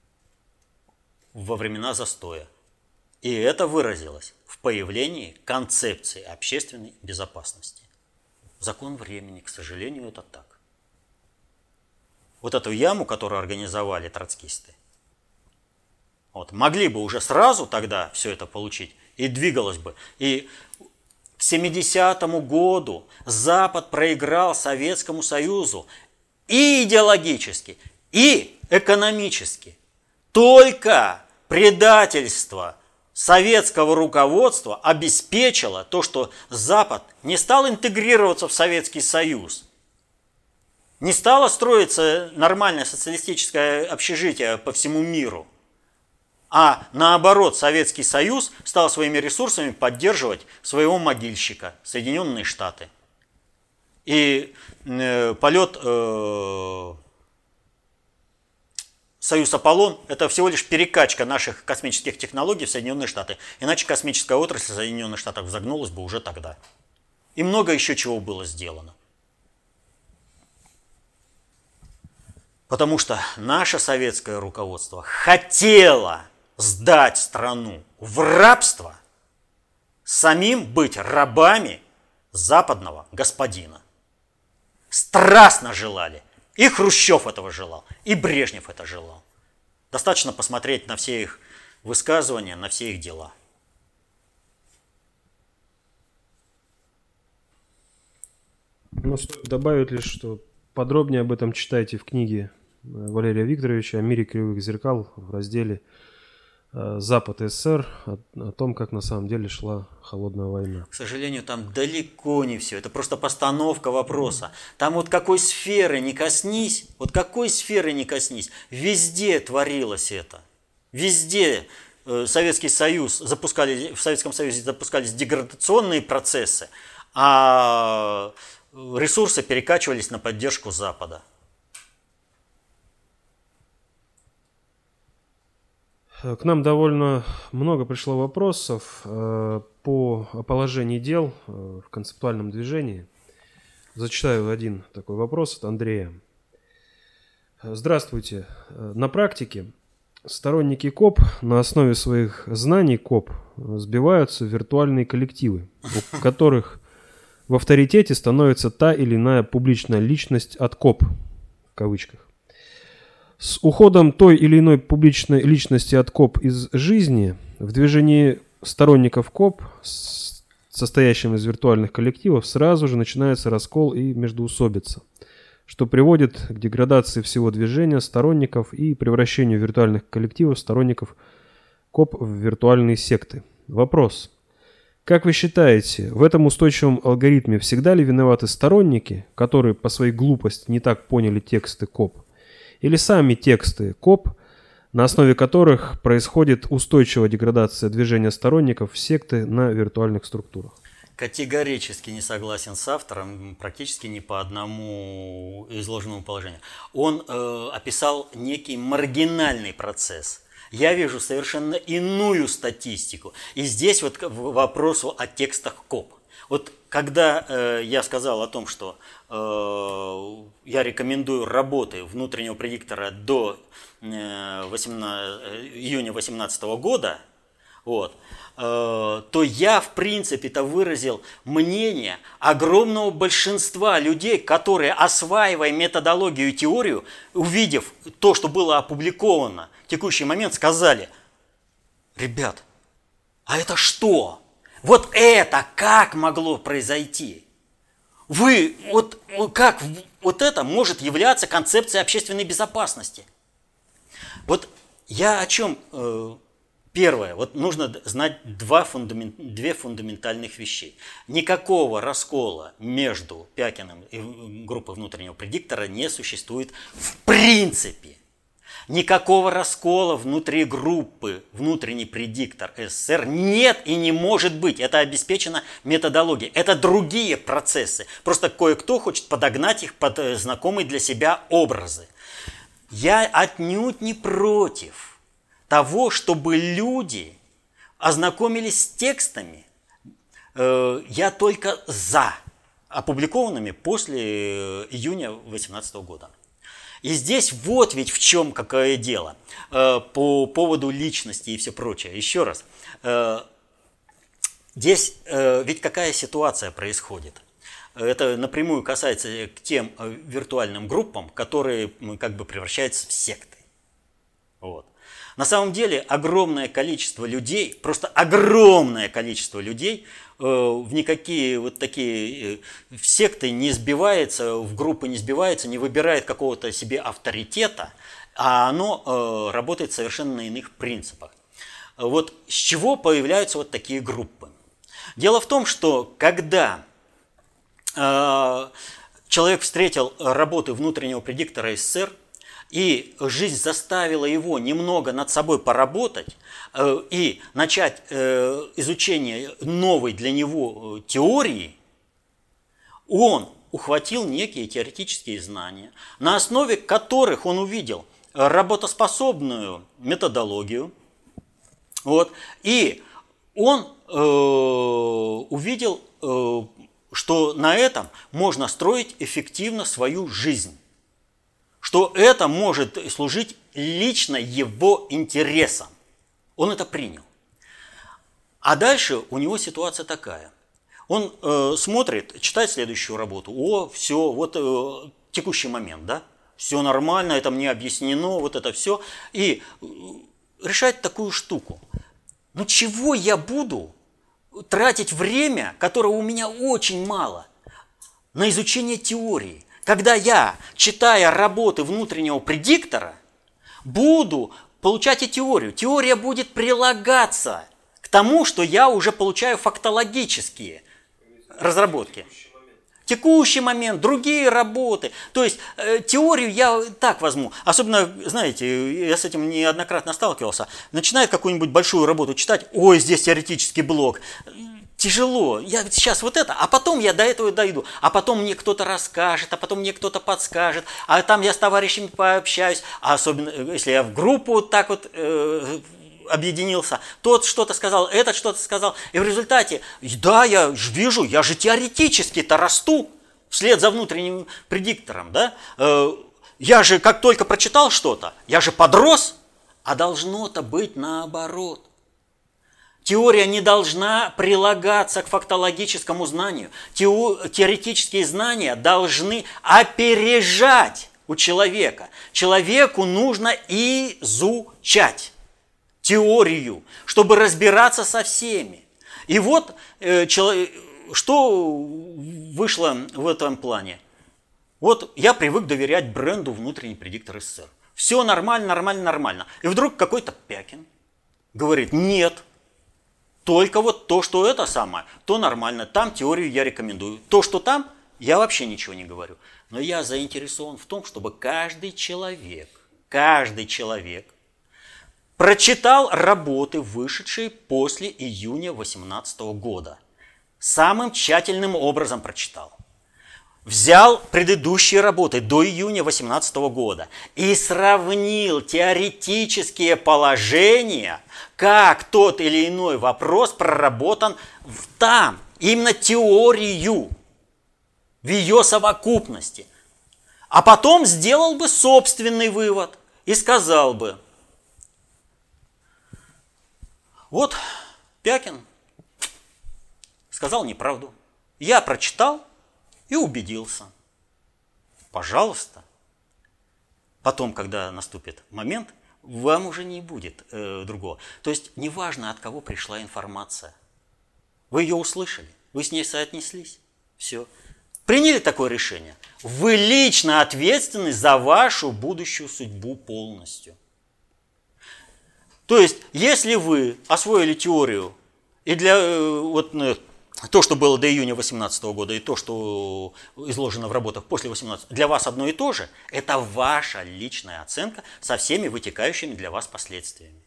во времена застоя. И это выразилось в появлении концепции общественной безопасности. Закон времени, к сожалению, это так. Вот эту яму, которую организовали троцкисты, вот, могли бы уже сразу тогда все это получить, и двигалось бы. И к 70-му году Запад проиграл Советскому Союзу и идеологически, и экономически. Только предательство советского руководства обеспечило то, что Запад не стал интегрироваться в Советский Союз. Не стало строиться нормальное социалистическое общежитие по всему миру, а наоборот Советский Союз стал своими ресурсами поддерживать своего могильщика, Соединенные Штаты. И полет Союз-Аполлон – это всего лишь перекачка наших космических технологий в Соединенные Штаты. Иначе космическая отрасль Соединенных Штатов загнулась бы уже тогда. И много еще чего было сделано. Потому что наше советское руководство хотело сдать страну в рабство, самим быть рабами западного господина. Страстно желали. И Хрущев этого желал, и Брежнев это желал. Достаточно посмотреть на все их высказывания, на все их дела. Ну, стоит добавить лишь, что подробнее об этом читайте в книге Валерия Викторовича «О мире кривых зеркал» в разделе «Запад и СССР», о том, как на самом деле шла холодная война. К сожалению, там далеко не все. Это просто постановка вопроса. Там вот какой сферы не коснись, везде творилось это. Везде в Советском Союзе запускались деградационные процессы, а ресурсы перекачивались на поддержку Запада. К нам довольно много пришло вопросов по положению дел в концептуальном движении. Зачитаю один такой вопрос от Андрея. Здравствуйте. На практике сторонники КОП на основе своих знаний КОП сбиваются в виртуальные коллективы, у которых в авторитете становится та или иная публичная личность от КОП, в кавычках. С уходом той или иной публичной личности от КОП из жизни в движении сторонников КОП, состоящим из виртуальных коллективов, сразу же начинается раскол и междоусобица. что приводит к деградации всего движения сторонников и превращению виртуальных коллективов сторонников КОП в виртуальные секты. Вопрос. Как вы считаете, в этом устойчивом алгоритме всегда ли виноваты сторонники, которые по своей глупости не так поняли тексты КОП, или сами тексты КОП, на основе которых происходит устойчивая деградация движения сторонников в секты на виртуальных структурах? Категорически не согласен с автором, практически ни по одному изложенному положению. Он описал некий маргинальный процесс. Я вижу совершенно иную статистику. И здесь вот к вопросу о текстах КОП. Вот когда я сказал о том, что я рекомендую работы внутреннего предиктора до июня 2018 года, вот, то я, в принципе-то, выразил мнение огромного большинства людей, которые, осваивая методологию и теорию, увидев то, что было опубликовано в текущий момент, сказали: ребят, а это что? Вот это как могло произойти? Как вот это может являться концепцией общественной безопасности? Вот я о чем... Первое, вот нужно знать две фундаментальных вещей. Никакого раскола между Пякиным и группой внутреннего предиктора не существует в принципе. Никакого раскола внутри группы внутренний предиктор СССР нет и не может быть. Это обеспечено методологией. Это другие процессы. Просто кое-кто хочет подогнать их под знакомые для себя образы. Я отнюдь не против того, чтобы люди ознакомились с текстами, я только за, опубликованными после июня 2018 года. И здесь вот ведь в чем какое дело по поводу личности и все прочее. Еще раз, здесь ведь какая ситуация происходит? Это напрямую касается к тем виртуальным группам, которые как бы превращаются в секты. Вот. На самом деле огромное количество людей, просто огромное количество людей в никакие вот такие в секты не сбивается, в группы не сбивается, не выбирает какого-то себе авторитета, а оно работает совершенно на иных принципах. Вот с чего появляются вот такие группы? Дело в том, что когда человек встретил работы внутреннего предиктора СССР, и жизнь заставила его немного над собой поработать и начать изучение новой для него теории, он ухватил некие теоретические знания, на основе которых он увидел работоспособную методологию, вот, и он увидел, что на этом можно строить эффективно свою жизнь. Что это может служить лично его интересам. Он это принял. А дальше у него ситуация такая. Он смотрит, читает следующую работу. Все, вот текущий момент, да? Все нормально, это мне объяснено, вот это все. И решает такую штуку. Ну чего я буду тратить время, которого у меня очень мало, на изучение теории? Когда я, читая работы внутреннего предиктора, буду получать и теорию. Теория будет прилагаться к тому, что я уже получаю фактологические разработки. Текущий момент, другие работы. То есть теорию я так возьму. Особенно, знаете, я с этим неоднократно сталкивался. Начинает какую-нибудь большую работу читать, ой, здесь теоретический блок. Тяжело, я сейчас вот это, а потом я до этого дойду, а потом мне кто-то расскажет, а потом мне кто-то подскажет, а там я с товарищами пообщаюсь, а особенно если я в группу вот так вот объединился, тот что-то сказал, этот что-то сказал, и в результате, да, я же вижу, я же теоретически-то расту вслед за внутренним предиктором, да, я же как только прочитал что-то, я же подрос, а должно-то быть наоборот. Теория не должна прилагаться к фактологическому знанию. Теоретические знания должны опережать у человека. Человеку нужно изучать теорию, чтобы разбираться со всеми. И вот что вышло в этом плане. Вот я привык доверять бренду «Внутренний предиктор СССР». Все нормально, нормально, нормально. И вдруг какой-то Пякин говорит: нет, только вот то, что это самое, то нормально. Там теорию я рекомендую. То, что там, я вообще ничего не говорю. Но я заинтересован в том, чтобы каждый человек прочитал работы, вышедшие после июня 2018 года. Самым тщательным образом прочитал. Взял предыдущие работы до июня 2018 года и сравнил теоретические положения, как тот или иной вопрос проработан там, именно теорию, в ее совокупности. А потом сделал бы собственный вывод и сказал бы: вот Пякин сказал неправду. Я прочитал и убедился. Пожалуйста. Потом, когда наступит момент, вам уже не будет другого. То есть неважно, от кого пришла информация. Вы ее услышали, вы с ней соотнеслись. Все. Приняли такое решение. Вы лично ответственны за вашу будущую судьбу полностью. То есть, если вы освоили теорию и для то, что было до июня 2018 года, и то, что изложено в работах после 2018, для вас одно и то же, это ваша личная оценка со всеми вытекающими для вас последствиями.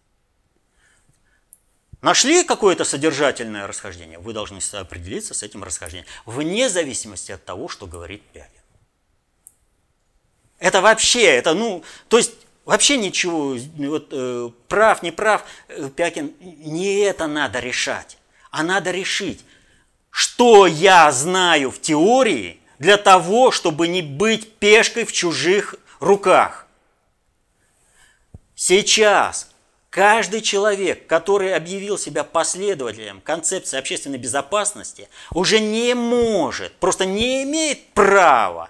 Нашли какое-то содержательное расхождение, вы должны определиться с этим расхождением, вне зависимости от того, что говорит Пякин. Это вообще, то есть вообще ничего, прав, не прав, Пякин, не это надо решать, а надо решить, что я знаю в теории для того, чтобы не быть пешкой в чужих руках. Сейчас каждый человек, который объявил себя последователем концепции общественной безопасности, уже не может, просто не имеет права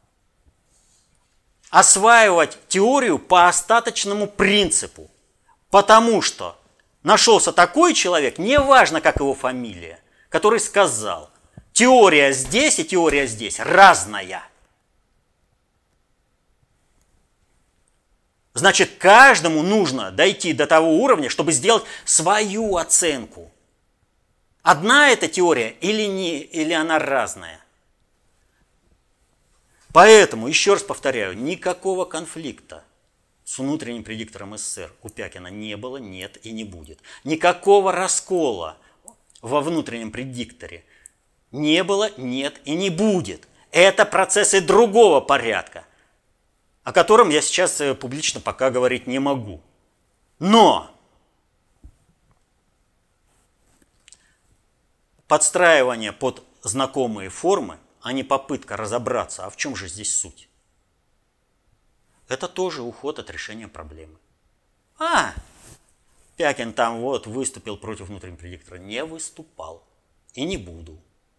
осваивать теорию по остаточному принципу. Потому что нашелся такой человек, неважно, как его фамилия, который сказал: теория здесь и теория здесь разная. Значит, каждому нужно дойти до того уровня, чтобы сделать свою оценку. Одна эта теория или она разная. Поэтому, еще раз повторяю, никакого конфликта с внутренним предиктором СССР у Пякина не было, нет и не будет. Никакого раскола во внутреннем предикторе не было, нет и не будет. Это процессы другого порядка, о котором я сейчас публично пока говорить не могу. Но подстраивание под знакомые формы, а не попытка разобраться, а в чем же здесь суть, это тоже уход от решения проблемы. Пякин там выступил против внутреннего предиктора. Не выступал. И не буду.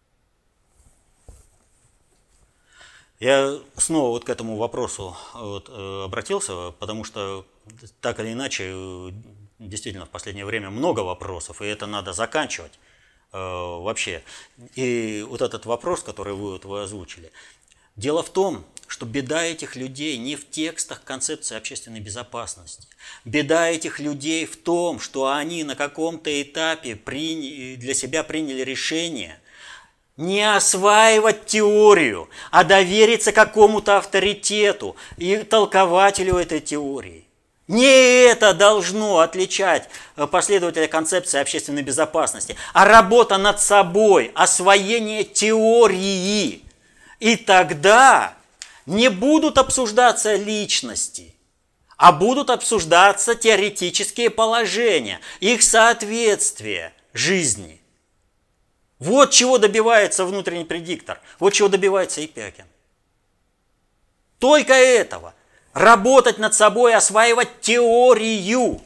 Я снова к этому вопросу обратился, потому что так или иначе, действительно, в последнее время много вопросов, и это надо заканчивать вообще. И этот вопрос, который вы озвучили. Дело в том, что беда этих людей не в текстах концепции общественной безопасности. Беда этих людей в том, что они на каком-то этапе для себя приняли решение не осваивать теорию, а довериться какому-то авторитету и толкователю этой теории. Не это должно отличать последователя концепции общественной безопасности, а работа над собой, освоение теории. И тогда не будут обсуждаться личности, а будут обсуждаться теоретические положения, их соответствие жизни. Вот чего добивается внутренний предиктор, вот чего добивается и Пякин. Только этого. Работать над собой, осваивать теорию.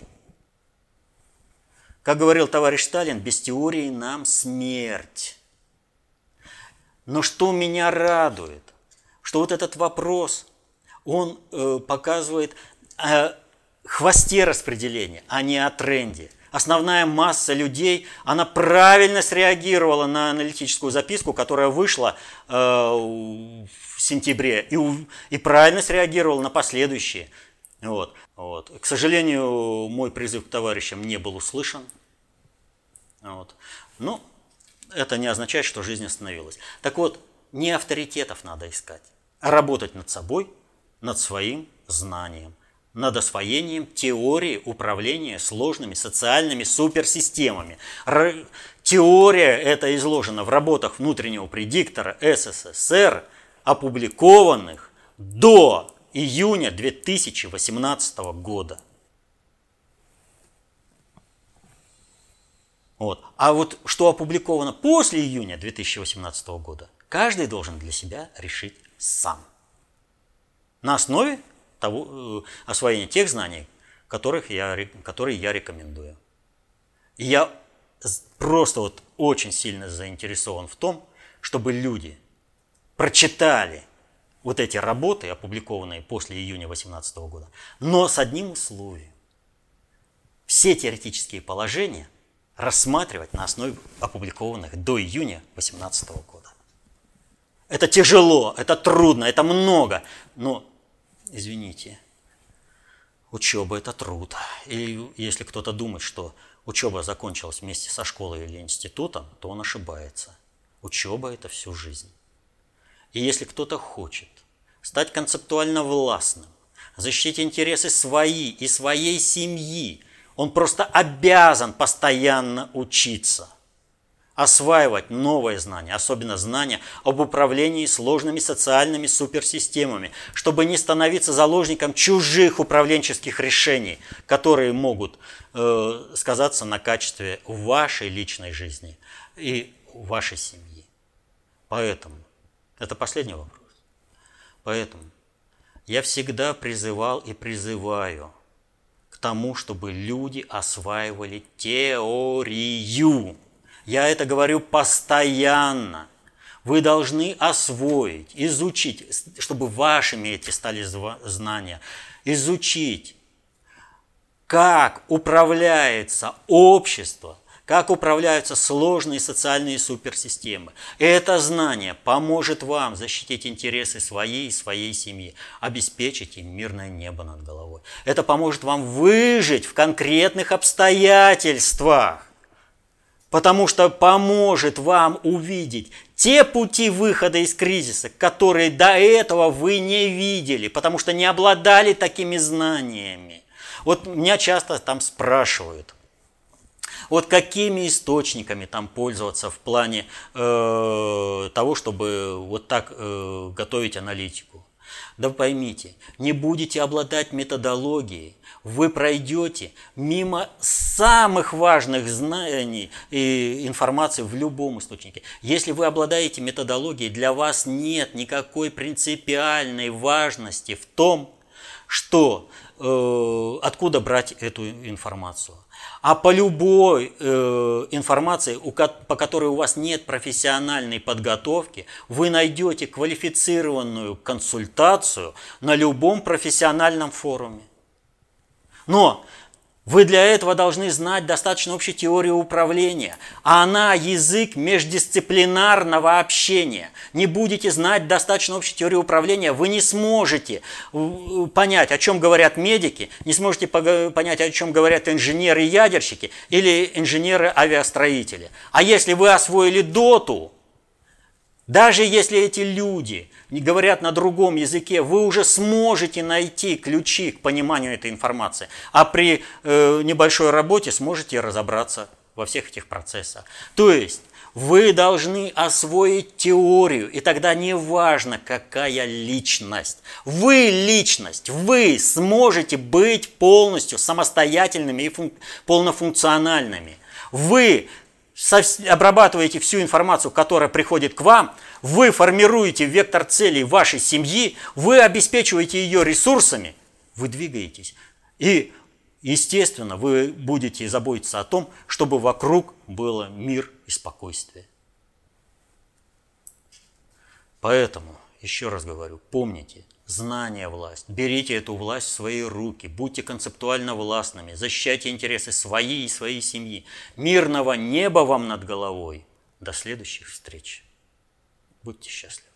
Как говорил товарищ Сталин, без теории нам смерть. Но что меня радует, что этот вопрос, он показывает о хвосте распределения, а не о тренде. основная масса людей, она правильно среагировала на аналитическую записку, которая вышла в сентябре, и правильно среагировала на последующие. Вот. К сожалению, мой призыв к товарищам не был услышан. Вот. Но это не означает, что жизнь остановилась. Так вот, не авторитетов надо искать, а работать над собой, над своим знанием, над освоением теории управления сложными социальными суперсистемами. Теория эта изложена в работах внутреннего предиктора СССР, опубликованных до июня 2018 года. Вот. А вот что опубликовано после июня 2018 года, каждый должен для себя решить сам. На основе освоения тех знаний, которые я рекомендую. И я просто очень сильно заинтересован в том, чтобы люди прочитали вот эти работы, опубликованные после июня 2018 года, но с одним условием. Все теоретические положения рассматривать на основе опубликованных до июня 2018 года. Это тяжело, это трудно, это много, но, извините, учеба – это труд. И если кто-то думает, что учеба закончилась вместе со школой или институтом, то он ошибается. Учеба – это всю жизнь. И если кто-то хочет стать концептуально властным, защитить интересы свои и своей семьи, он просто обязан постоянно учиться, осваивать новые знания, особенно знания об управлении сложными социальными суперсистемами, чтобы не становиться заложником чужих управленческих решений, которые могут сказаться на качестве вашей личной жизни и вашей семьи. Поэтому, это последний вопрос, поэтому я всегда призывал и призываю к тому, чтобы люди осваивали теорию. Я это говорю постоянно. Вы должны освоить, изучить, чтобы вашими эти стали знания, изучить, как управляется общество, как управляются сложные социальные суперсистемы. Это знание поможет вам защитить интересы своей и своей семьи, обеспечить им мирное небо над головой. Это поможет вам выжить в конкретных обстоятельствах, потому что поможет вам увидеть те пути выхода из кризиса, которые до этого вы не видели, потому что не обладали такими знаниями. Вот меня часто там спрашивают, вот какими источниками там пользоваться в плане того, чтобы вот так готовить аналитику. Да поймите, не будете обладать методологией, вы пройдете мимо самых важных знаний и информации в любом источнике. Если вы обладаете методологией, для вас нет никакой принципиальной важности в том, что, откуда брать эту информацию. А по любой информации, по которой у вас нет профессиональной подготовки, вы найдете квалифицированную консультацию на любом профессиональном форуме. Но вы для этого должны знать достаточно общей теорию управления, а она язык междисциплинарного общения. Не будете знать достаточно общей теории управления, вы не сможете понять, о чем говорят медики, не сможете понять, о чем говорят инженеры-ядерщики или инженеры-авиастроители. А если вы освоили доту, даже если эти люди не говорят на другом языке, вы уже сможете найти ключи к пониманию этой информации. А при небольшой работе сможете разобраться во всех этих процессах. То есть вы должны освоить теорию, и тогда не важно, какая личность. Вы личность, вы сможете быть полностью самостоятельными и полнофункциональными. Вы обрабатываете всю информацию, которая приходит к вам, вы формируете вектор целей вашей семьи, вы обеспечиваете ее ресурсами, вы двигаетесь. И, естественно, вы будете заботиться о том, чтобы вокруг было мир и спокойствие. Поэтому, еще раз говорю, помните, Знание – власть. Берите эту власть в свои руки, будьте концептуально властными, защищайте интересы свои и своей семьи. Мирного неба вам над головой. До следующих встреч. Будьте счастливы.